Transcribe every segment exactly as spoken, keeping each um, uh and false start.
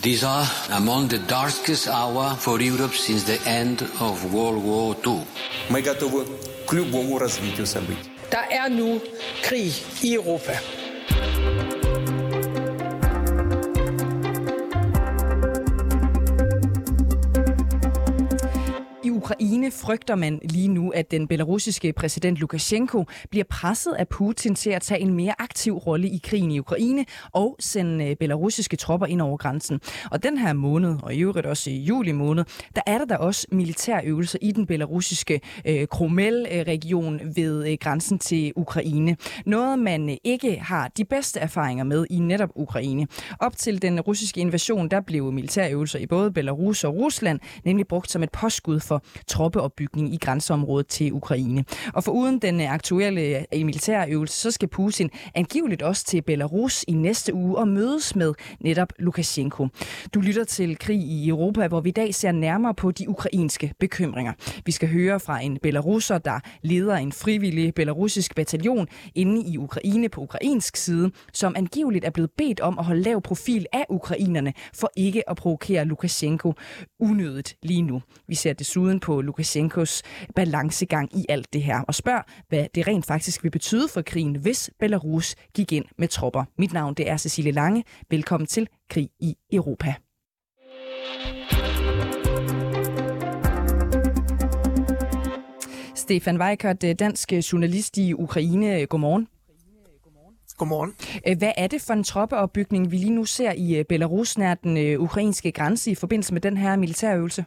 These are among the darkest hours for Europe since the end of World War Two. Мы готовы к любому развитию событий. Der er nu krig i Europa. I Ukraine frygter man lige nu, at den belarusiske præsident Lukasjenko bliver presset af Putin til at tage en mere aktiv rolle i krigen i Ukraine og sende belarusiske tropper ind over grænsen. Og den her måned, og i øvrigt også i juli måned, der er der da også militærøvelser i den belarusiske øh, Kromel-region ved øh, grænsen til Ukraine. Noget man ikke har de bedste erfaringer med i netop Ukraine. Op til den russiske invasion, der blev militærøvelser i både Belarus og Rusland nemlig brugt som et påskud for troppeopbygning i grænseområdet til Ukraine. Og foruden den aktuelle militære øvelse, så skal Putin angiveligt også til Belarus i næste uge og mødes med netop Lukasjenko. Du lytter til Krig i Europa, hvor vi i dag ser nærmere på de ukrainske bekymringer. Vi skal høre fra en belaruser, der leder en frivillig belarusisk bataljon inde i Ukraine på ukrainsk side, som angiveligt er blevet bedt om at holde lav profil af ukrainerne for ikke at provokere Lukasjenko unødigt lige nu. Vi ser desuden på Lukasjenkos balancegang i alt det her, og spørger, hvad det rent faktisk vil betyde for krigen, hvis Belarus gik ind med tropper. Mit navn det er Cecilie Lange. Velkommen til Krig i Europa. Stefan Weikert, dansk journalist i Ukraine. Godmorgen. Godmorgen. Hvad er det for en troppeopbygning, vi lige nu ser i Belarus nær den ukrainske grænse i forbindelse med den her militærøvelse?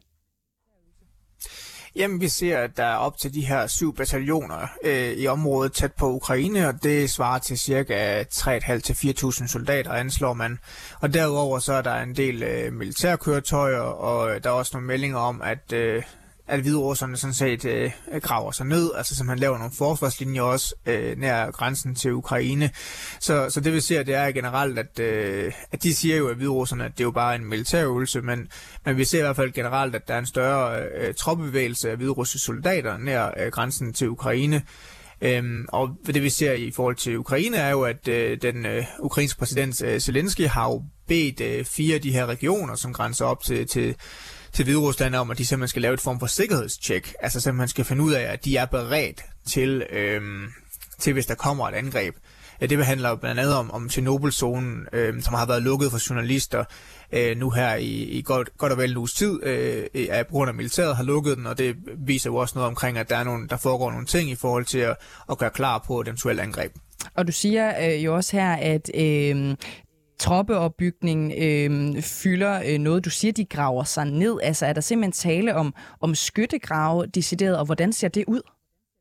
Jamen, vi ser, at der er op til de her syv bataljoner øh, i området tæt på Ukraine, og det svarer til cirka tre tusind fem hundrede til fire tusind soldater, anslår man. Og derudover så er der en del øh, militærkøretøjer, og der er også nogle meldinger om, at øh, at hviderusserne sådan set øh, graver sig ned, altså simpelthen laver nogle forsvarslinjer også øh, nær grænsen til Ukraine. Så, så det vi ser, det er generelt, at, øh, at de siger jo, at hviderusserne, at det er jo bare en militærøvelse, men, men vi ser i hvert fald generelt, at der er en større øh, troppebevægelse af hviderussiske soldater nær øh, grænsen til Ukraine. Øhm, og det vi ser i forhold til Ukraine er jo, at øh, den øh, ukrainske præsident øh, Zelensky har jo bedt øh, fire af de her regioner, som grænser op til, til til Hviderusland om, at de simpelthen skal lave et form for sikkerhedstjek. Altså simpelthen skal finde ud af, at de er beredt til, øhm, til hvis der kommer et angreb. Det handler blandt andet om, om Chernobyl-zonen, øhm, som har været lukket for journalister øh, nu her i, i godt, godt og vel en uges tid, øh, af på grund af militæret har lukket den, og det viser jo også noget omkring, at der, er nogle, der foregår nogle ting i forhold til at, at gøre klar på et eventuelt angreb. Og du siger øh, jo også her, at øh troppeopbygning øh, fylder øh, noget. Du siger, de graver sig ned. Altså er der simpelthen tale om, om skyttegrave decideret, og hvordan ser det ud?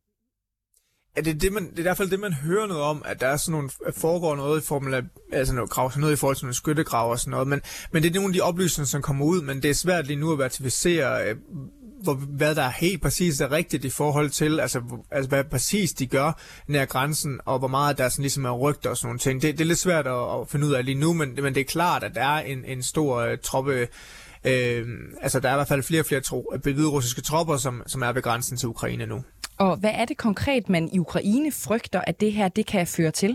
Ja, det, er det, man, det er i hvert fald det, man hører noget om, at der er sådan nogle, foregår noget i formel af, altså noget, graver sig ned i forhold til nogle skyttegrave og sådan noget, men, men det er nogle af de oplysninger, som kommer ud, men det er svært lige nu at verificere, øh, hvor, hvad der er helt præcis er rigtigt i forhold til, altså, altså hvad præcis de gør nær grænsen, og hvor meget der sådan ligesom er rygter og sådan nogle ting. Det, det er lidt svært at, at finde ud af lige nu, men, men det er klart, at der er en, en stor uh, troppe, øh, altså der er i hvert fald flere og flere tro, hviderussiske tropper, som, som er ved grænsen til Ukraine nu. Og hvad er det konkret, man i Ukraine frygter, at det her det kan føre til?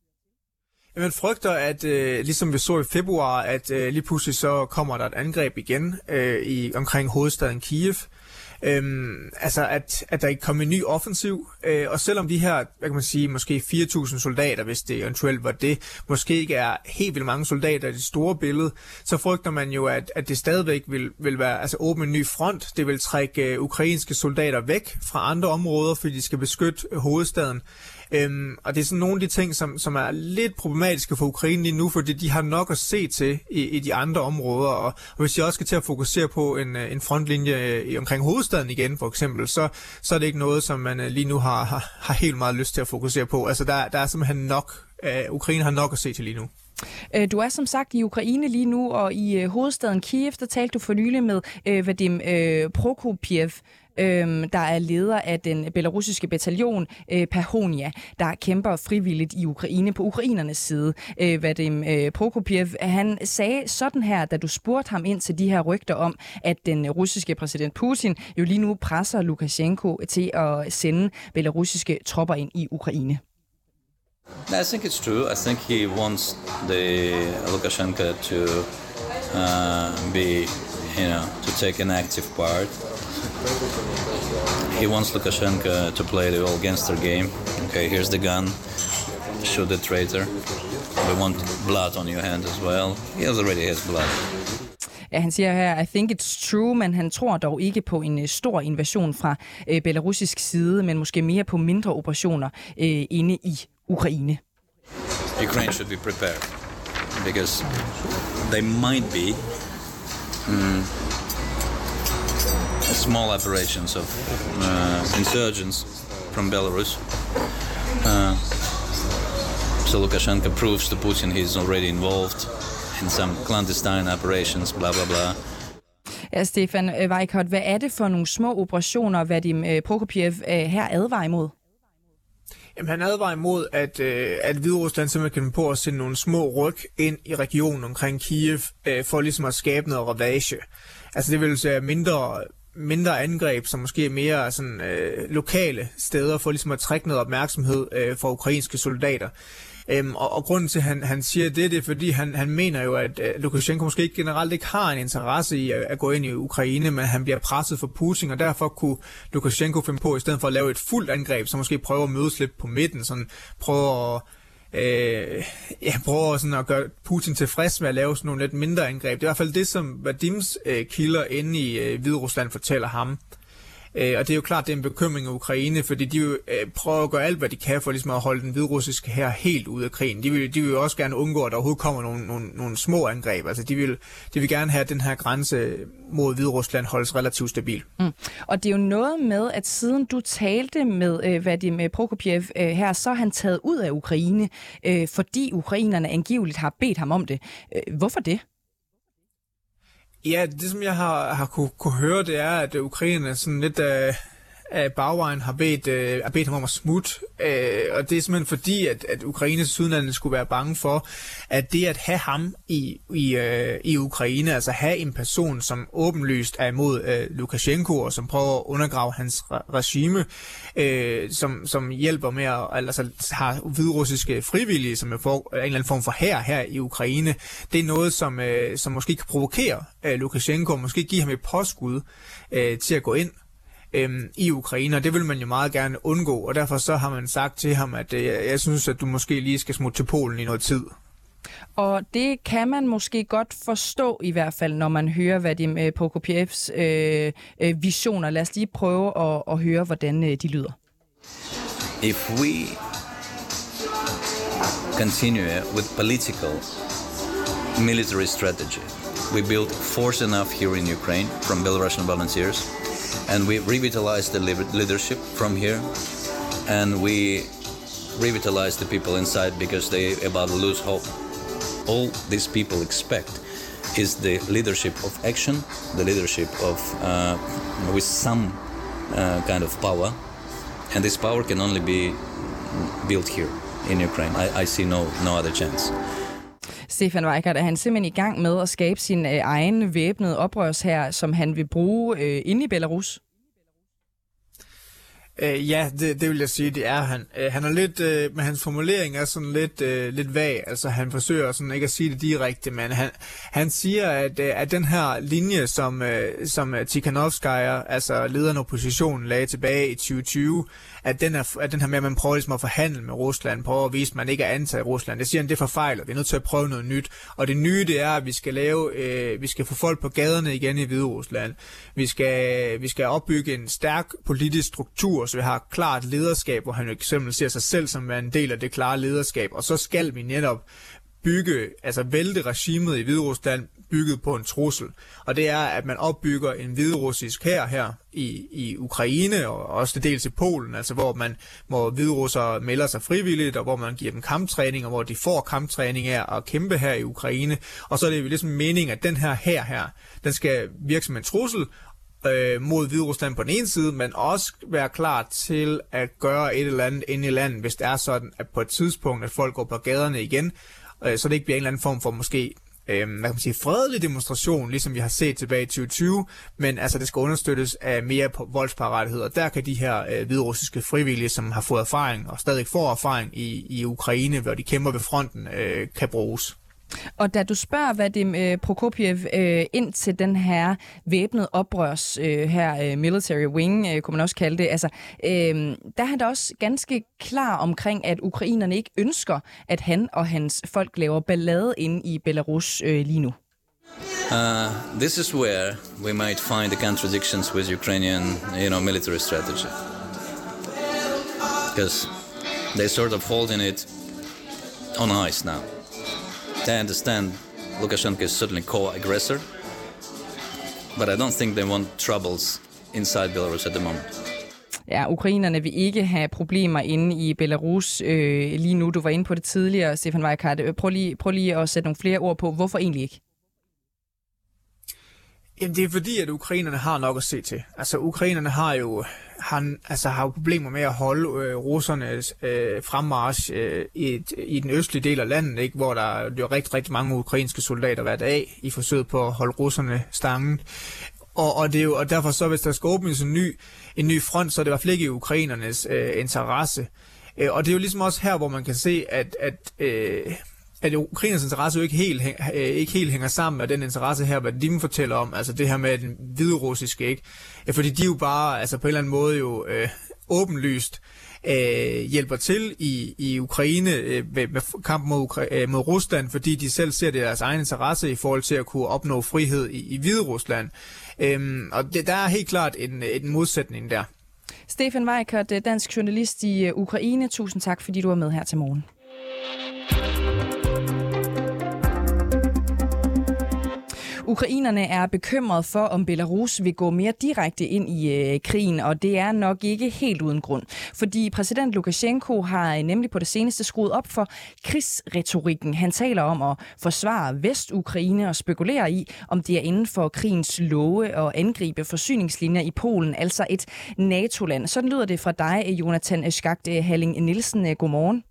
Man frygter, at øh, ligesom vi så i februar, at øh, lige pludselig så kommer der et angreb igen øh, i omkring hovedstaden Kiev. Øhm, altså at, at der ikke kommer en ny offensiv, øh, og selvom de her, hvad kan man sige, måske fire tusind soldater, hvis det eventuelt var det, måske ikke er helt vildt mange soldater i det store billede, så frygter man jo, at, at det stadigvæk vil, vil være, altså åbne en ny front. Det vil trække øh, ukrainske soldater væk fra andre områder, fordi de skal beskytte øh, hovedstaden. Øhm, og det er sådan nogle af de ting, som, som er lidt problematiske for Ukraine lige nu, fordi de har nok at se til i, i de andre områder, og, og hvis de også skal til at fokusere på en, en frontlinje i, omkring hovedstaden igen, for eksempel, så, så er det ikke noget, som man lige nu har, har, har helt meget lyst til at fokusere på. Altså der, der er simpelthen nok, uh, Ukraine har nok at se til lige nu. Du er som sagt i Ukraine lige nu, og i hovedstaden Kiev, der talte du for nylig med øh, Vadim øh, Prokopiev, øh, der er leder af den belarusiske bataljon øh, Pahonia, der kæmper frivilligt i Ukraine på ukrainernes side. Øh, Vadim øh, Prokopiev, han sagde sådan her, da du spurgte ham ind til de her rygter om, at den russiske præsident Putin jo lige nu presser Lukasjenko til at sende belarusiske tropper ind i Ukraine. I think it's true. I think he wants the Lukashenko to uh, be, you know, to take an active part. He wants Lukashenko to play the old gangster game. Okay, here's the gun. Shoot the traitor. We want blood on your hand as well. He already has blood. Ja, han siger her, I think it's true, men han tror dog ikke på en uh, stor invasion fra uh, belarusisk side, men måske mere på mindre operationer uh, inde i Ukraine. Ukraine should be prepared, because they might be um, small operations of uh, insurgents from Belarus. Uh, so Lukashenko proves to Putin he's already involved in some clandestine operations, bla bla bla. Ja, Stefan Weikert, hvad er det for nogle små operationer, Vadim Prokopiev her advarer imod? Jamen, han advarer imod, at, øh, at Hviderusland simpelthen kan på at sende nogle små ryg ind i regionen omkring Kiev, øh, for ligesom at skabe noget ravage. Altså det vil sige mindre, mindre angreb, som måske er mere sådan, øh, lokale steder, for ligesom at trække noget opmærksomhed øh, fra ukrainske soldater. Øhm, og, og grunden til, at han, han siger det, det er, fordi han, han mener jo, at øh, Lukashenko måske ikke, generelt ikke har en interesse i at, at gå ind i Ukraine, men han bliver presset for Putin, og derfor kunne Lukashenko finde på, i stedet for at lave et fuldt angreb, så måske prøve at mødes lidt på midten, sådan prøve at, øh, ja, prøve sådan at gøre Putin tilfreds med at lave sådan nogle lidt mindre angreb. Det er i hvert fald det, som Vadims øh, kilder inde i øh, Hviderusland fortæller ham. Øh, og det er jo klart, det er en bekymring af Ukraine, fordi de jo øh, prøver at gøre alt, hvad de kan for ligesom at holde den hviderussiske hær helt ude af krigen. De vil, de vil jo også gerne undgå, at der overhovedet kommer nogle, nogle, nogle små angreb. Altså de vil, de vil gerne have, at den her grænse mod Hviderusland holdes relativt stabil. Mm. Og det er jo noget med, at siden du talte med øh, Vadim Prokopiev øh, her, så er han taget ud af Ukraine, øh, fordi ukrainerne angiveligt har bedt ham om det. Øh, hvorfor det? Ja, det som jeg har, har kunne, kunne høre, det er, at Ukraine sådan lidt af, af bagvejen har bedt, øh, har bedt ham om at smutte. Øh, og det er simpelthen fordi, at, at Ukraines sydlande skulle være bange for, at det at have ham i, i, øh, i Ukraine, altså have en person, som åbenlyst er imod øh, Lukashenko, og som prøver at undergrave hans re- regime, øh, som, som hjælper med at, altså har hviderussiske frivillige, som er for, en eller anden form for hær her i Ukraine, det er noget, som, øh, som måske kan provokere øh, Lukashenko, og måske give ham et påskud øh, til at gå ind Øhm, i Ukraine, og det vil man jo meget gerne undgå, og derfor så har man sagt til ham, at øh, jeg synes, at du måske lige skal smutte til Polen i noget tid. Og det kan man måske godt forstå i hvert fald, når man hører Vadim Prokopievs øh, øh, visioner. Lad os lige prøve at, at høre, hvordan øh, de lyder. If we continue with political military strategy, we build force enough here in Ukraine from Belarusian volunteers, and we revitalize the leadership from here, and we revitalize the people inside because they about to lose hope. All these people expect is the leadership of action, the leadership of uh, with some uh, kind of power, and this power can only be built here in Ukraine. I, I see no no other chance. Stefan Weikert, er han simpelthen i gang med at skabe sin øh, egen væbnede oprørshær, som han vil bruge øh, inde i Belarus? Uh, ja, det, det vil jeg sige, det er han. Uh, han er lidt, uh, men hans formulering er sådan lidt, uh, lidt vag. Altså han forsøger sådan ikke at sige det direkte, men han, han siger, at, uh, at den her linje, som, uh, som Tikhanovskaya, altså lederen af oppositionen, lagde tilbage i tyve tyve, at den, er, at den her med, at man prøver ligesom at forhandle med Rusland, prøver at vise, at man ikke er antaget i Rusland. Det siger han, det er forfejlet. Vi er nødt til at prøve noget nyt. Og det nye, det er, at vi skal lave, øh, vi skal få folk på gaderne igen i Hviderusland. Vi skal, vi skal opbygge en stærk politisk struktur, så vi har klart lederskab, hvor han jo eksempel ser sig selv som en del af det klare lederskab. Og så skal vi netop bygge, altså vælte regimet i Hviderusland bygget på en trussel. Og det er, at man opbygger en hviderussisk hær her i, i Ukraine, og også til dels i Polen, altså hvor man, hvor hviderussere melder sig frivilligt, og hvor man giver dem kamptræning, og hvor de får kamptræning af at kæmpe her i Ukraine. Og så er det jo ligesom meningen, at den her hær her, den skal virke som en trussel øh, mod Hviderusland på den ene side, men også være klar til at gøre et eller andet inde i landet, hvis det er sådan, at på et tidspunkt, at folk går på gaderne igen, øh, så det ikke bliver en eller anden form for måske øh, hvad kan man sige, fredelig demonstration, ligesom vi har set tilbage i tyve tyve, men altså det skal understøttes af mere voldsparathed, og der kan de her øh, hviderussiske frivillige, som har fået erfaring og stadig får erfaring i, i Ukraine, hvor de kæmper ved fronten, øh, kan bruges. Og da du spørger Vadim øh, Prokopiev øh, ind til den her væbnede oprørs øh, her øh, military wing, øh, kunne man også kalde det, altså, øh, der er han da også ganske klar omkring, at ukrainerne ikke ønsker, at han og hans folk laver ballade inde i Belarus øh, lige nu. Uh, this is where we might find the contradictions with Ukrainian, you know, military strategy, because they sort of holding it on ice now. They understand Lukashenko is certainly co-aggressor, but I don't think they want troubles inside Belarus at the moment. Ja, ukrainerne vil ikke have problemer inde i Belarus øh, lige nu. Du var inde på det tidligere, Stefan Weikart. Prøv lige, prøv lige at sætte nogle flere ord på. Hvorfor egentlig ikke? Jamen, det er fordi, at ukrainerne har nok at se til. Altså, ukrainerne har jo har, altså, har jo problemer med at holde øh, russernes øh, fremmarch øh, i, i den østlige del af landet, ikke? Hvor der er jo rigtig, rigtig mange ukrainske soldater hver dag i forsøget på at holde russerne stangen. Og, og, det er jo, og derfor så, hvis der skal åbnes en ny, en ny front, så er det i hvert fald ikke i ukrainernes øh, interesse. Øh, og det er jo ligesom også her, hvor man kan se, at, at øh, at Ukrainers interesse jo ikke helt, ikke helt hænger sammen med den interesse her, hvad de fortæller om, altså det her med den hviderussiske, ikke? Fordi de jo bare, altså på en eller anden måde jo øh, åbenlyst øh, hjælper til i, i Ukraine øh, med, med kampen mod, Ukra- øh, mod Rusland, fordi de selv ser det deres egen interesse i forhold til at kunne opnå frihed i, i Hviderusland. Øhm, og det, der er helt klart en, en modsætning der. Stefan Weikart, dansk journalist i Ukraine. Tusind tak, fordi du var med her til morgen. Ukrainerne er bekymret for, om Belarus vil gå mere direkte ind i øh, krigen, og det er nok ikke helt uden grund. Fordi præsident Lukashenko har nemlig på det seneste skruet op for krigsretorikken. Han taler om at forsvare Vest-Ukraine og spekulerer i, om det er inden for krigens love og angribe forsyningslinjer i Polen, altså et NATO-land. Sådan lyder det fra dig, Jonathan Schacht Halling Nielsen. Godmorgen.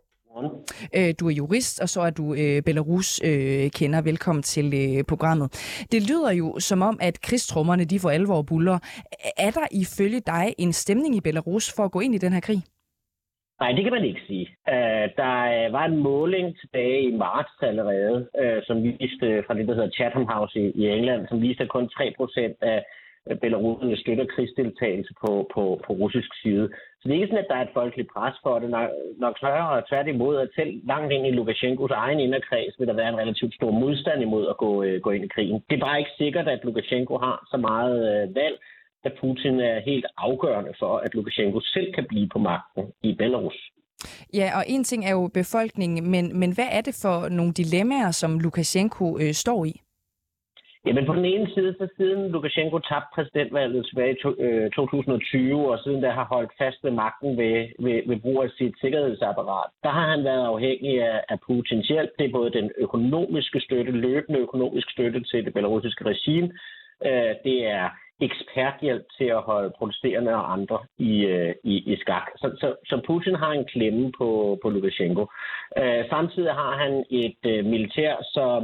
Du er jurist, og så er du øh, Belarus-kender. Øh, Velkommen til øh, programmet. Det lyder jo som om, at krigstrummerne de for alvor buller. Er der ifølge dig en stemning i Belarus for at gå ind i den her krig? Nej, det kan man ikke sige. Uh, der var en måling tilbage i marts allerede, uh, som viste fra det, der hedder Chatham House i, i England, som viste, at kun tre procent af belaruserne støtter krigsdeltagelse på, på, på russisk side. Så det er ikke sådan, at der er et folkeligt pres for det. Nok, nok snarere og tværtimod, at selv langt ind i Lukashenkos egen inderkreds vil der være en relativt stor modstand imod at gå, øh, gå ind i krigen. Det er bare ikke sikkert, at Lukashenko har så meget øh, valg, da Putin er helt afgørende for, at Lukashenko selv kan blive på magten i Belarus. Ja, og en ting er jo befolkningen, men, men hvad er det for nogle dilemmaer, som Lukashenko øh, står i? Jamen på den ene side, så siden Lukashenko tabte præsidentvalget tilbage i to, øh, to tusind og tyve, og siden der har holdt fast ved magten ved, ved, ved brug af sit sikkerhedsapparat, der har han været afhængig af, af Putins hjælp. Det er både den økonomiske støtte, løbende økonomisk støtte til det belarusiske regime. Øh, det er eksperthjælp til at holde protesterende og andre i, øh, i, i skak. Så, så, så Putin har en klemme på, på Lukashenko. Øh, samtidig har han et øh, militær, som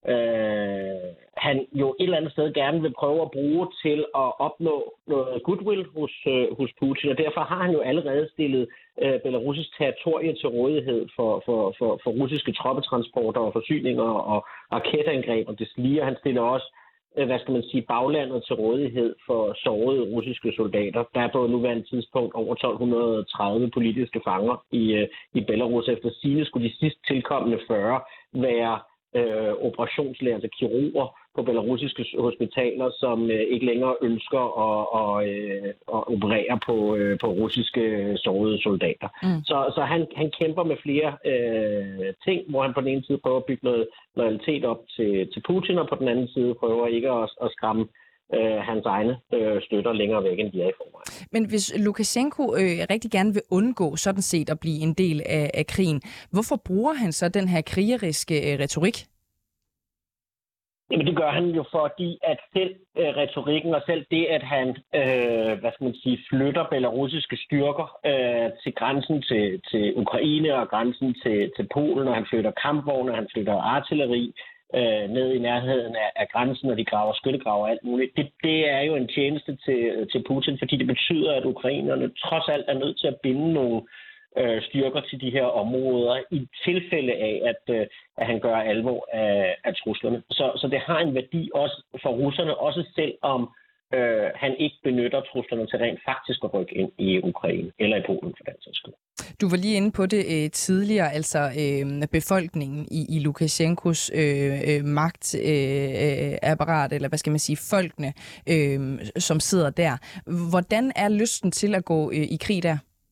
Øh, han jo et eller andet sted gerne vil prøve at bruge til at opnå noget goodwill hos, øh, hos Putin, og derfor har han jo allerede stillet øh, belarusisk territorie til rådighed for, for, for, for russiske troppetransporter og forsyninger og raketangreb og deslige. Han stiller også øh, hvad skal man sige, baglandet til rådighed for sårede russiske soldater. Der er på nuværende tidspunkt over tolv tredive politiske fanger i, øh, i Belarus. Efter sigende skulle de sidst tilkommende fyrre være Øh, operationslæger, altså kirurger på belarusiske hospitaler, som øh, ikke længere ønsker at, at, øh, at operere på, øh, på russiske sårede soldater. Mm. Så, så han, han kæmper med flere øh, ting, hvor han på den ene side prøver at bygge noget loyalitet op til, til Putin, og på den anden side prøver ikke at, at skræmme øh, hans egne øh, støtter længere væk, end de er i forvejen. Men hvis Lukashenko øh, rigtig gerne vil undgå sådan set at blive en del af, af krigen, hvorfor bruger han så den her krigeriske øh, retorik? Jamen det gør han jo, fordi at selv øh, retorikken og selv det, at han øh, hvad skal man sige, flytter belarusiske styrker øh, til grænsen til, til Ukraine og grænsen til, til Polen, og han flytter kampvogne, han flytter artilleri øh, ned i nærheden af, af grænsen, og de graver skyttegraver og alt muligt. Det, det er jo en tjeneste til, til Putin, fordi det betyder, at ukrainerne trods alt er nødt til at binde nogle øh, styrker til de her områder i tilfælde af, at, øh, at han gør alvor af, af truslerne. Så, så det har en værdi også for russerne, også selv om øh, han ikke benytter truslerne til rent faktisk at rykke ind i Ukraine eller i Polen for den sags skyld. Du var lige inde på det øh, tidligere, altså øh, befolkningen i, i Lukasjenkos øh, øh, magtapparat, øh, eller hvad skal man sige, folkene, øh, som sidder der. Hvordan er lysten til at gå øh, i krig der?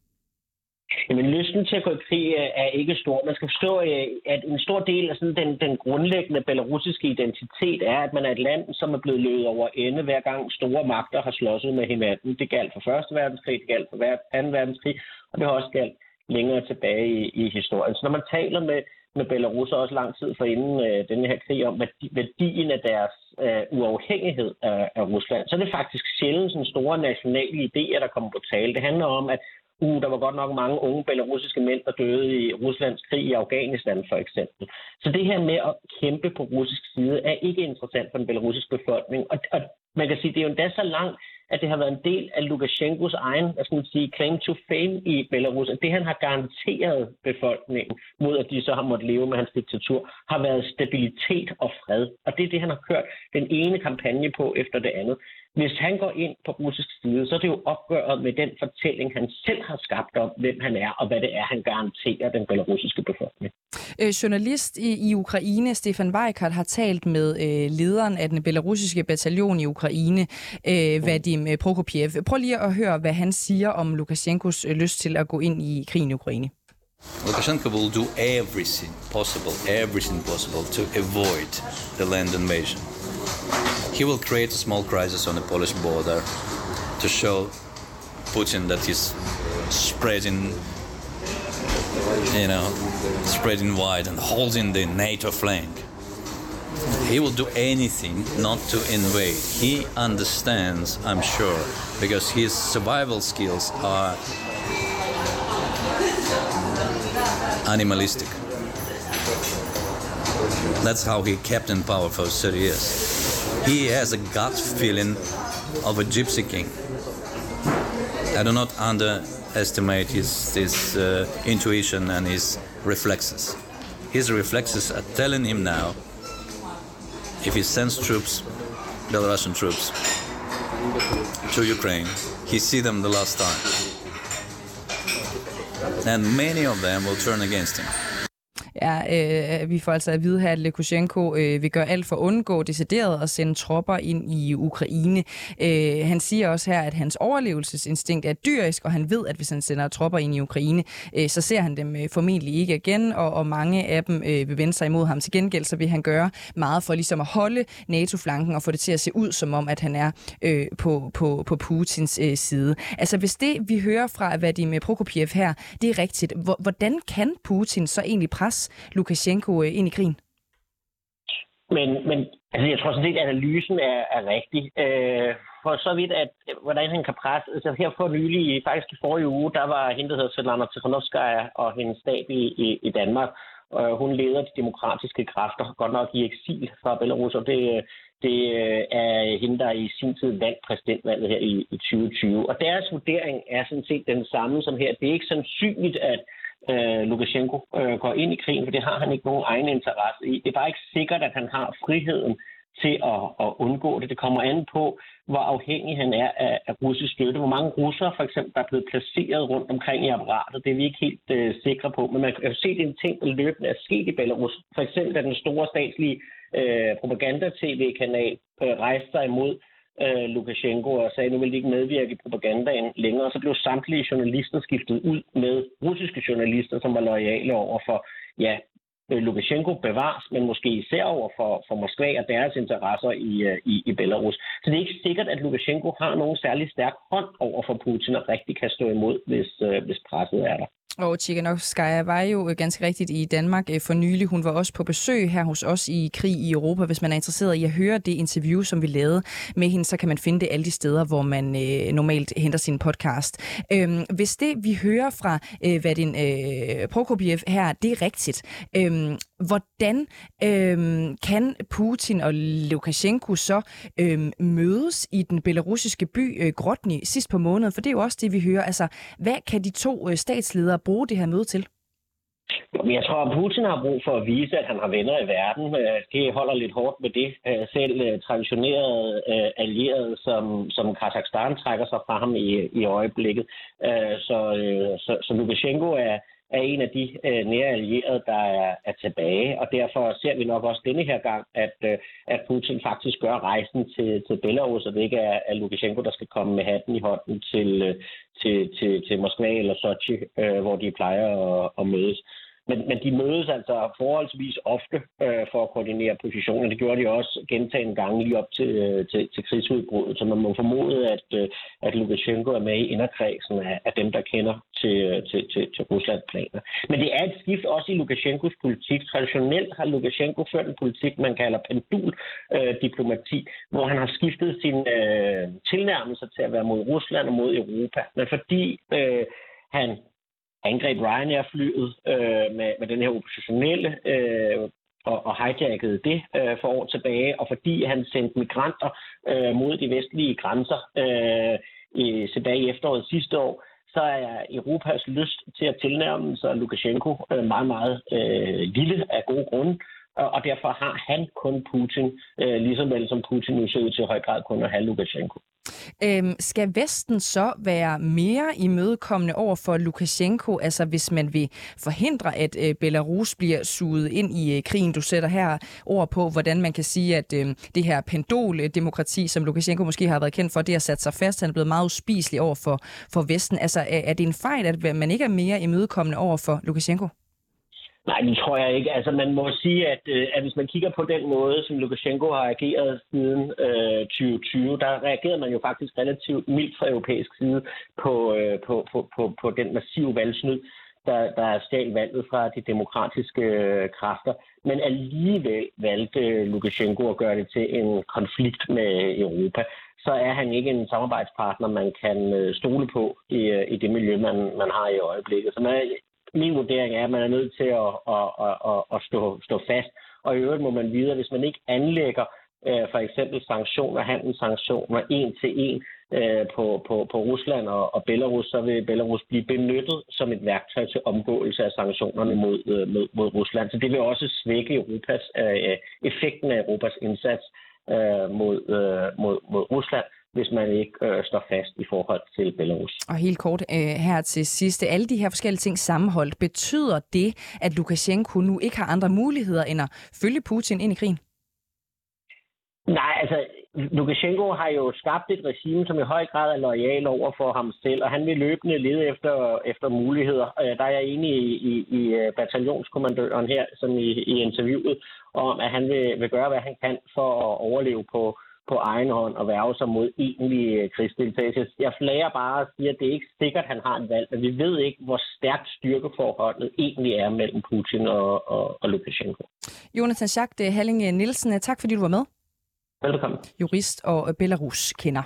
Jamen, lysten til at gå i krig er ikke stor. Man skal forstå, at en stor del af sådan den, den grundlæggende belarusiske identitet er, at man er et land, som er blevet løbet over ende, hver gang store magter har slåsset med hinanden. Det galt for første verdenskrig, det galt for anden verdenskrig, og det har også galt længere tilbage i, i historien. Så når man taler med, med belarusere også lang tid forinden øh, denne her krig om værdien af deres øh, uafhængighed af, af Rusland, så er det faktisk sjældent sådan store nationale idéer, der kommer på tale. Det handler om, at Uh, der var godt nok mange unge belarusiske mænd, der døde i Ruslands krig i Afghanistan for eksempel. Så det her med at kæmpe på russisk side er ikke interessant for den belarusiske befolkning. Og, og man kan sige, det er jo endda så langt, at det har været en del af Lukasjenkos egen, hvad skal man sige, claim to fame i Belarus, at det han har garanteret befolkningen mod, at de så har måttet leve med hans diktatur, har været stabilitet og fred. Og det er det, han har kørt den ene kampagne på efter det andet. Hvis han går ind på russisk side, så er det jo opgøret med den fortælling, han selv har skabt om, hvem han er, og hvad det er, han garanterer den belarusiske befolkning. Øh, journalist i, i Ukraine, Stefan Weikart, har talt med øh, lederen af den belarusiske bataljon i Ukraine, øh, Vadim Prokopiev. Prøv lige at høre, hvad han siger om Lukasjenkos øh, lyst til at gå ind i krigen i Ukraine. Lukashenko will do everything possible, everything possible to avoid the land invasion. He will create a small crisis on the Polish border to show Putin that he's spreading, you know, spreading wide and holding the NATO flank. He will do anything not to invade. He understands, I'm sure, because his survival skills are animalistic. That's how he kept in power for thirty years. He has a gut feeling of a gypsy king. I do not underestimate his, his uh, intuition and his reflexes. His reflexes are telling him now, if he sends troops, Belarusian troops, to Ukraine, he see them the last time. And many of them will turn against him. Ja, øh, vi får altså at vide her, at Lukasjenko øh, vil gøre alt for at undgå decideret at sende tropper ind i Ukraine. Øh, han siger også her, at hans overlevelsesinstinkt er dyrisk, og han ved, at hvis han sender tropper ind i Ukraine, øh, så ser han dem øh, formentlig ikke igen, og, og mange af dem øh, vil vende sig imod ham. Til gengæld så vil han gøre meget for ligesom at holde NATO-flanken og få det til at se ud, som om, at han er øh, på, på, på Putins øh, side. Altså hvis det, vi hører fra Vadim Prokopiev her, det er rigtigt, hvordan kan Putin så egentlig presse Lukasjenko ind i krigen? Men, men altså, jeg tror sådan set, at analysen er, er rigtig. Øh, for så vidt, at hvordan han kan presse... Altså her for nylig, faktisk i forrige uge, der var hende, der hedder Svetlana Tikhanovskaya og hendes stab i, i, i Danmark. Øh, hun leder de demokratiske kræfter, godt nok i eksil fra Belarus, og det, det er hende, der i sin tid vandt præsidentvalget her i, i tyve tyve. Og deres vurdering er sådan set den samme som her. Det er ikke sandsynligt, at Uh, Lukasjenko uh, går ind i krigen, for det har han ikke nogen egen interesse i. Det er bare ikke sikkert, at han har friheden til at, at undgå det. Det kommer an på, hvor afhængig han er af, af russisk støtte. Hvor mange russere for eksempel, der er blevet placeret rundt omkring i apparatet, det er vi ikke helt uh, sikre på. Men man kan jo se, at det er en ting, der løbende er sket i Belarus. For eksempel, da den store statslige uh, propaganda-tv-kanal uh, rejste sig imod Uh, Lukasjenko og sagde, at nu vil de ikke medvirke i propagandaen længere. Så blev samtlige journalister skiftet ud med russiske journalister, som var loyale over for, ja, Lukasjenko bevares, men måske især over for, for Moskva og deres interesser i, i, i Belarus. Så det er ikke sikkert, at Lukasjenko har nogen særlig stærk hånd over for Putin og rigtig kan stå imod, hvis, uh, hvis presset er der. Og Tikhanovskaya var jo ganske rigtigt i Danmark for nylig. Hun var også på besøg her hos os i Krig i Europa. Hvis man er interesseret i at høre det interview, som vi lavede med hende, så kan man finde det alle de steder, hvor man øh, normalt henter sin podcast. Øhm, hvis det, vi hører fra øh, Vadim øh, Prokopiev her, det er rigtigt, øhm, Hvordan øhm, kan Putin og Lukasjenko så øhm, mødes i den belarusiske by øh, Grodny sidst på måneden? For det er jo også det, vi hører. Altså, hvad kan de to øh, statsledere bruge det her møde til? Jeg tror, at Putin har brug for at vise, at han har venner i verden. Det holder lidt hårdt med det. Selv traditionerede allierede som, som Kazakhstan trækker sig fra ham i, i øjeblikket. Så, så, så Lukasjenko er, er en af de nære allierede, der er, er tilbage. Og derfor ser vi nok også denne her gang, at, at Putin faktisk gør rejsen til, til Belarus, og det ikke er, er Lukasjenko, der skal komme med hatten i hånden til, til, til, til Moskva eller Sochi, hvor de plejer at, at mødes. Men, men de mødes altså forholdsvis ofte øh, for at koordinere positioner. Det gjorde de også gentagne gange lige op til, øh, til, til krigsudbruddet. Så man må formode, at, øh, at Lukasjenko er med i inderkredsen af, af dem, der kender til, til, til, til Ruslands planer. Men det er et skift også i Lukasjenkos politik. Traditionelt har Lukasjenko ført en politik, man kalder penduldiplomati, øh, hvor han har skiftet sine øh, tilnærmelser til at være mod Rusland og mod Europa. Men fordi øh, han angreb Ryanair-flyet øh, med, med den her oppositionelle øh, og, og hijackede det øh, for år tilbage, og fordi han sendte migranter øh, mod de vestlige grænser øh, i, tilbage i efteråret sidste år, så er Europas lyst til at tilnærme sig Lukasjenko øh, meget, meget øh, lille af gode grunde, og derfor har han kun Putin, øh, ligesom vel som Putin nu ser ud til i høj grad kun at have Lukasjenko. Øhm, skal Vesten så være mere imødekommende over for Lukasjenko, altså hvis man vil forhindre, at øh, Belarus bliver suget ind i øh, krigen? Du sætter her ord på, hvordan man kan sige, at øh, det her pendol-demokrati, som Lukasjenko måske har været kendt for, det har sat sig fast. Han er blevet meget uspiselig over for, for Vesten. Altså er, er det en fejl, at man ikke er mere imødekommende over for Lukasjenko? Nej, det tror jeg ikke. Altså, man må sige, at, at hvis man kigger på den måde, som Lukasjenko har ageret siden øh, tyve tyve, der reagerede man jo faktisk relativt mildt fra europæisk side på, øh, på, på, på, på den massive valgsnyd, der, der stjal valget fra de demokratiske øh, kræfter. Men alligevel valgte Lukasjenko at gøre det til en konflikt med Europa. Så er han ikke en samarbejdspartner, man kan øh, stole på i, i det miljø, man, man har i øjeblikket. Så man, min vurdering er, at man er nødt til at, at, at, at stå, stå fast. Og i øvrigt må man vide, at hvis man ikke anlægger øh, for eksempel sanktioner, handelssanktioner en til en øh, på, på, på Rusland og, og Belarus, så vil Belarus blive benyttet som et værktøj til omgåelse af sanktionerne mod, øh, mod, mod Rusland. Så det vil også svække Europas, øh, effekten af Europas indsats øh, mod, øh, mod, mod Rusland, hvis man ikke øh, står fast i forhold til Belarus. Og helt kort øh, her til sidst. Alle de her forskellige ting sammenholdt, betyder det, at Lukasjenko nu ikke har andre muligheder end at følge Putin ind i krigen? Nej, altså Lukasjenko har jo skabt et regime, som i høj grad er loyal over for ham selv, og han vil løbende lede efter, efter muligheder. Der er jeg enig i, i, i bataljonskommandøren her, som i, i interviewet, om at han vil, vil gøre, hvad han kan for at overleve på på egen hånd og værge sig mod egentlig krigsdeltagelse. Jeg flager bare og siger, at det er ikke sikkert, at han har et valg, men vi ved ikke, hvor stærkt styrkeforholdet egentlig er mellem Putin og, og, og Lukasjenko. Jonathan Schacht Halling Nielsen, tak fordi du var med. Velkommen. Jurist og Belarus kender.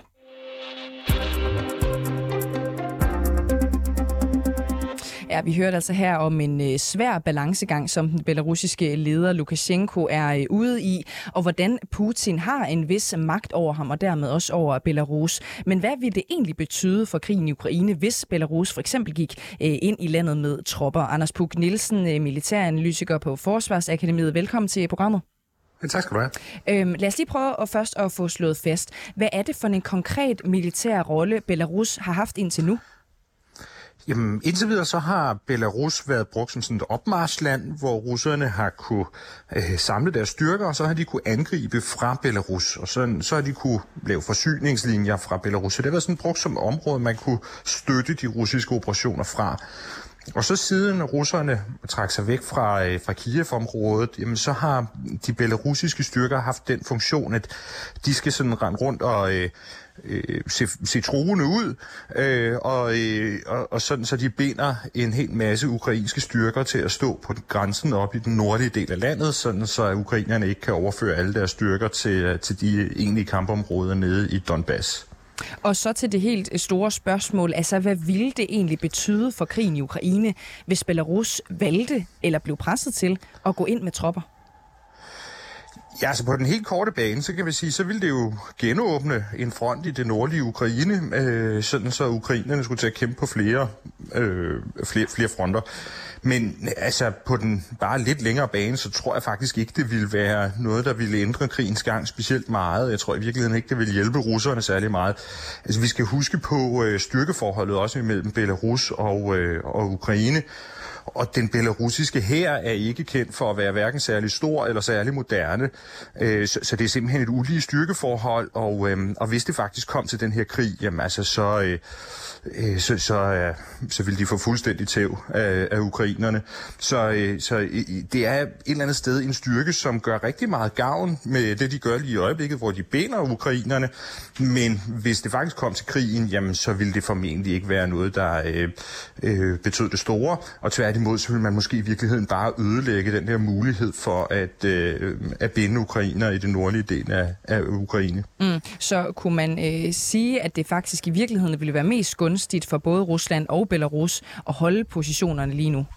Ja, vi hørte altså her om en øh, svær balancegang, som den belarusiske leder Lukasjenko er øh, ude i, og hvordan Putin har en vis magt over ham, og dermed også over Belarus. Men hvad vil det egentlig betyde for krigen i Ukraine, hvis Belarus for eksempel gik øh, ind i landet med tropper? Anders Puk Nielsen, øh, militæranalytiker på Forsvarsakademiet. Velkommen til programmet. Ja, tak skal du have. Øhm, lad os lige prøve at først at få slået fast. Hvad er det for en konkret militær rolle, Belarus har haft indtil nu? Jamen, indtil videre så har Belarus været brugt som sådan et opmarchland, hvor russerne har kunne øh, samle deres styrker, og så har de kunne angribe fra Belarus, og så, så har de kunne lave forsyningslinjer fra Belarus. Så det har været sådan brugt som område, man kunne støtte de russiske operationer fra. Og så siden russerne trak sig væk fra, øh, fra Kiev-området, jamen, så har de belarusiske styrker haft den funktion, at de skal sådan rende rundt og øh, øh, se, se truende ud, øh, og, øh, og, og sådan så de binder en hel masse ukrainske styrker til at stå på grænsen op i den nordlige del af landet, sådan så ukrainerne ikke kan overføre alle deres styrker til, til de egentlige kampområder nede i Donbass. Og så til det helt store spørgsmål, altså hvad ville det egentlig betyde for krigen i Ukraine, hvis Belarus valgte eller blev presset til at gå ind med tropper? Ja, altså på den helt korte bane, så kan vi sige, så ville det jo genåbne en front i det nordlige Ukraine, øh, sådan så ukrainerne skulle til at kæmpe på flere, øh, flere, flere fronter. Men altså på den bare lidt længere bane, så tror jeg faktisk ikke, det ville være noget, der ville ændre krigens gang specielt meget. Jeg tror i virkeligheden ikke, det ville hjælpe russerne særlig meget. Altså vi skal huske på øh, styrkeforholdet også imellem Belarus og, øh, og Ukraine. Og den belarusiske hær er ikke kendt for at være hverken særlig stor eller særlig moderne. Så det er simpelthen et ulige styrkeforhold, og, og hvis det faktisk kom til den her krig, jamen altså så, så, så, så vil de få fuldstændig tæv af, af ukrainerne. Så, så det er et eller andet sted en styrke, som gør rigtig meget gavn med det, de gør lige i øjeblikket, hvor de binder ukrainerne. Men hvis det faktisk kom til krigen, jamen så ville det formentlig ikke være noget, der øh, øh, betød det store, og tværtimod så vil man måske i virkeligheden bare ødelægge den der mulighed for at, øh, at binde ukrainer i den nordlige del af, af Ukraine. Mm. Så kunne man øh, sige, at det faktisk i virkeligheden ville være mest gunstigt for både Rusland og Belarus at holde positionerne lige nu?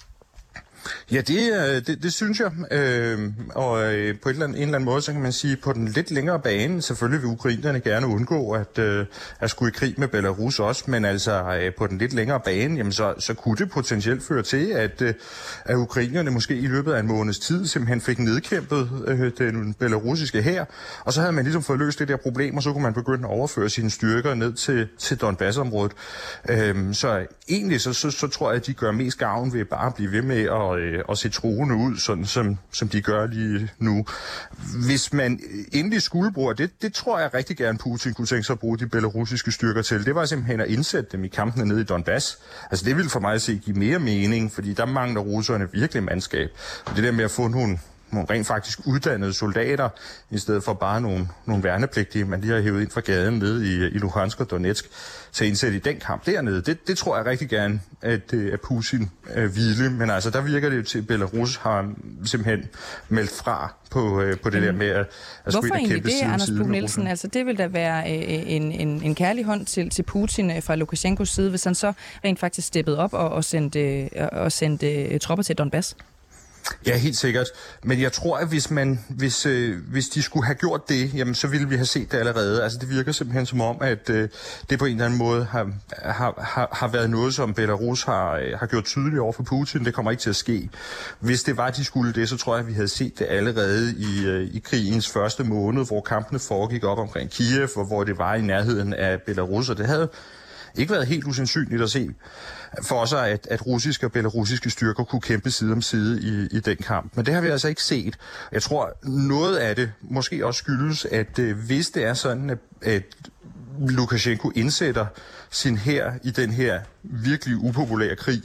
Ja, det, det, det synes jeg. Øh, og øh, på et eller andet, en eller anden måde, så kan man sige, på den lidt længere bane, selvfølgelig vil ukrainerne gerne undgå at, øh, at skulle i krig med Belarus også, men altså øh, på den lidt længere bane, jamen, så, så kunne det potentielt føre til, at, øh, at ukrainerne måske i løbet af en måneds tid simpelthen fik nedkæmpet øh, den belarusiske hær, og så havde man ligesom fået løst det der problem, og så kunne man begynde at overføre sine styrker ned til, til Donbass-området. Øh, så egentlig så, så, så tror jeg, at de gør mest gavn ved bare at blive ved med at og se truende ud, sådan som, som de gør lige nu. Hvis man endelig skulle bruge det, det tror jeg rigtig gerne Putin kunne tænke sig at bruge de belarusiske styrker til. Det var simpelthen at indsætte dem i kampene nede i Donbass. Altså det ville for mig at se give mere mening, fordi der mangler russerne virkelig mandskab. Og det der med at få nogle nogle rent faktisk uddannede soldater, i stedet for bare nogle, nogle værnepligtige, man lige har hævet ind fra gaden nede i, i Luhansk og Donetsk, til at indsætte i den kamp dernede. Det, det tror jeg rigtig gerne, at, at Putin øh, ville, men altså der virker det jo til, at Belarus har simpelthen meldt fra på, øh, på det mm. der med at, at Hvorfor egentlig det, Anders Bug Nielsen? Altså det vil da være øh, en, en, en kærlig hånd til, til Putin øh, fra Lukasjenkos side, hvis han så rent faktisk steppede op og, og sendte, øh, og sendte øh, tropper til Donbass? Ja, helt sikkert. Men jeg tror, at hvis, man, hvis, øh, hvis de skulle have gjort det, jamen, så ville vi have set det allerede. Altså, det virker simpelthen som om, at øh, det på en eller anden måde har, har, har været noget, som Belarus har, øh, har gjort tydeligt over for Putin. Det kommer ikke til at ske. Hvis det var, de skulle det, så tror jeg, at vi havde set det allerede i, øh, i krigens første måned, hvor kampene foregik op omkring Kiev, og hvor det var i nærheden af Belarus, og det havde ikke været helt usandsynligt at se for sig, at, at russiske og belarusiske styrker kunne kæmpe side om side i, i den kamp. Men det har vi altså ikke set. Jeg tror, noget af det måske også skyldes, at øh, hvis det er sådan, at, at Lukasjenko indsætter sin hær i den her virkelig upopulære krig,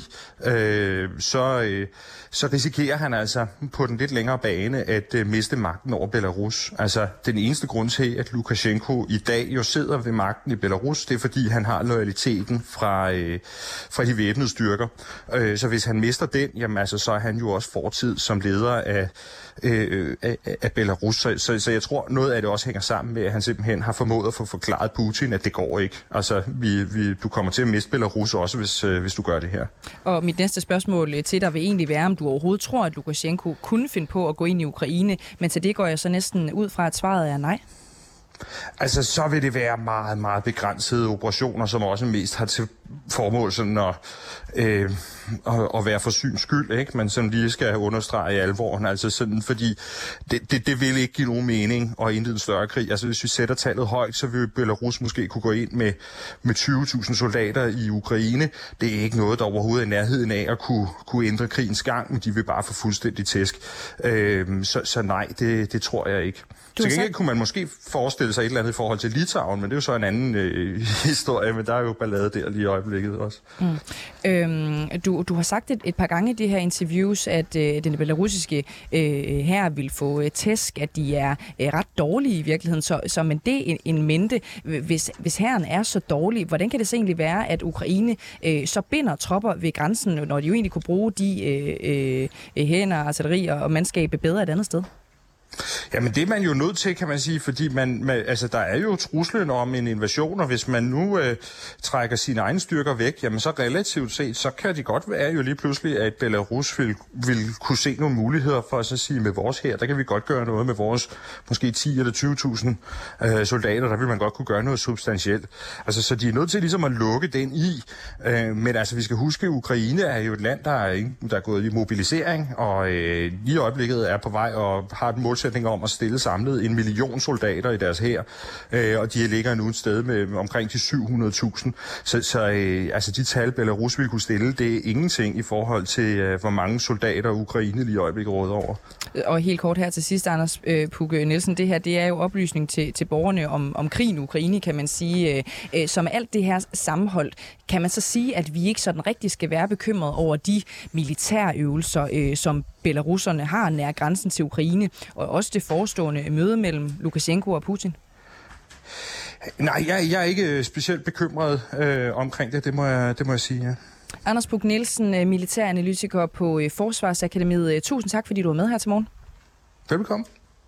øh, så, øh, så risikerer han altså på den lidt længere bane at øh, miste magten over Belarus. Altså den eneste grund til, at Lukasjenko i dag jo sidder ved magten i Belarus, det er fordi han har loyaliteten fra, øh, fra de væbnede styrker. Øh, så hvis han mister den, jamen altså så er han jo også fortid som leder af, øh, af, af Belarus. Så, så, så jeg tror noget af det også hænger sammen med, at han simpelthen har formået at få forklaret Putin, at det går ikke. Altså vi, vi, du kommer til at miste Belarus også, hvis, øh, hvis du gør det her. Og mit næste spørgsmål til dig vil egentlig være, om du overhovedet tror, at Lukasjenko kunne finde på at gå ind i Ukraine, men til det går jeg så næsten ud fra, at svaret er nej. Altså, så vil det være meget, meget begrænsede operationer, som også mest har til formål sådan at, øh, at, at være for syns skyld, ikke? Man sådan lige skal understrege i alvoren, altså sådan, fordi det, det, det vil ikke give nogen mening at indlede en større krig. Altså, hvis vi sætter tallet højt, så vil Belarus måske kunne gå ind med, med tyve tusind soldater i Ukraine. Det er ikke noget, der overhovedet er i nærheden af at kunne, kunne ændre krigens gang, men de vil bare få fuldstændig tæsk. Øh, så, så nej, det, det tror jeg ikke. Til gengæld sagt... kunne man måske forestille sig et eller andet i forhold til Litauen, men det er jo så en anden øh, historie, men der er jo ballade der lige i øjeblikket også. Mm. Øhm, du, du har sagt et, et par gange i de her interviews, at øh, den belarusiske øh, her vil få øh, tæsk, at de er øh, ret dårlige i virkeligheden. Så, så men det en, en mente, hvis, hvis hæren er så dårlig, hvordan kan det så egentlig være, at Ukraine øh, så binder tropper ved grænsen, når de jo egentlig kunne bruge de øh, øh, hænder, artilleri og mandskab bedre et andet sted? Jamen det er man jo nødt til, kan man sige, fordi man, man, altså, der er jo truslen om en invasion, og hvis man nu øh, trækker sine egne styrker væk, jamen så relativt set, så kan det godt være jo lige pludselig, at Belarus vil, vil kunne se nogle muligheder for at så sige, med vores her, der kan vi godt gøre noget med vores måske ti eller tyve tusind øh, soldater, der vil man godt kunne gøre noget substantielt. Altså så de er nødt til ligesom at lukke den i, øh, men altså vi skal huske, at Ukraine er jo et land, der er, der er gået i mobilisering, og øh, lige i øjeblikket er på vej og har et målsætning om at stille samlet en million soldater i deres hær, øh, og de ligger nu et sted med omkring de syv hundrede tusind. Så, så øh, altså de tal, Belarus vil kunne stille, det er ingenting i forhold til, øh, hvor mange soldater Ukraine lige i øjeblikket råder over. Og helt kort her til sidst, Anders øh, Pugge Nielsen, det her det er jo oplysning til, til borgerne om, om krigen i Ukraine, kan man sige. Øh, som alt det her sammenholdt, kan man så sige, at vi ikke sådan rigtig skal være bekymret over de militærøvelser, øh, som belarusserne har nær grænsen til Ukraine, og også det forestående møde mellem Lukasjenko og Putin? Nej, jeg, jeg er ikke specielt bekymret øh, omkring det, det må jeg, det må jeg sige, ja. Anders Pugh Nielsen, militæranalytiker på Forsvarsakademiet. Tusind tak, fordi du var med her til morgen. Velkommen.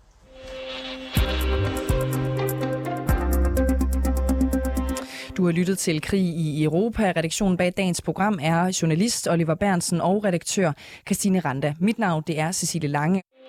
Du har lyttet til Krig i Europa. Redaktionen bag dagens program er journalist Oliver Bernsen og redaktør Christine Randa. Mit navn det er Cecilie Lange.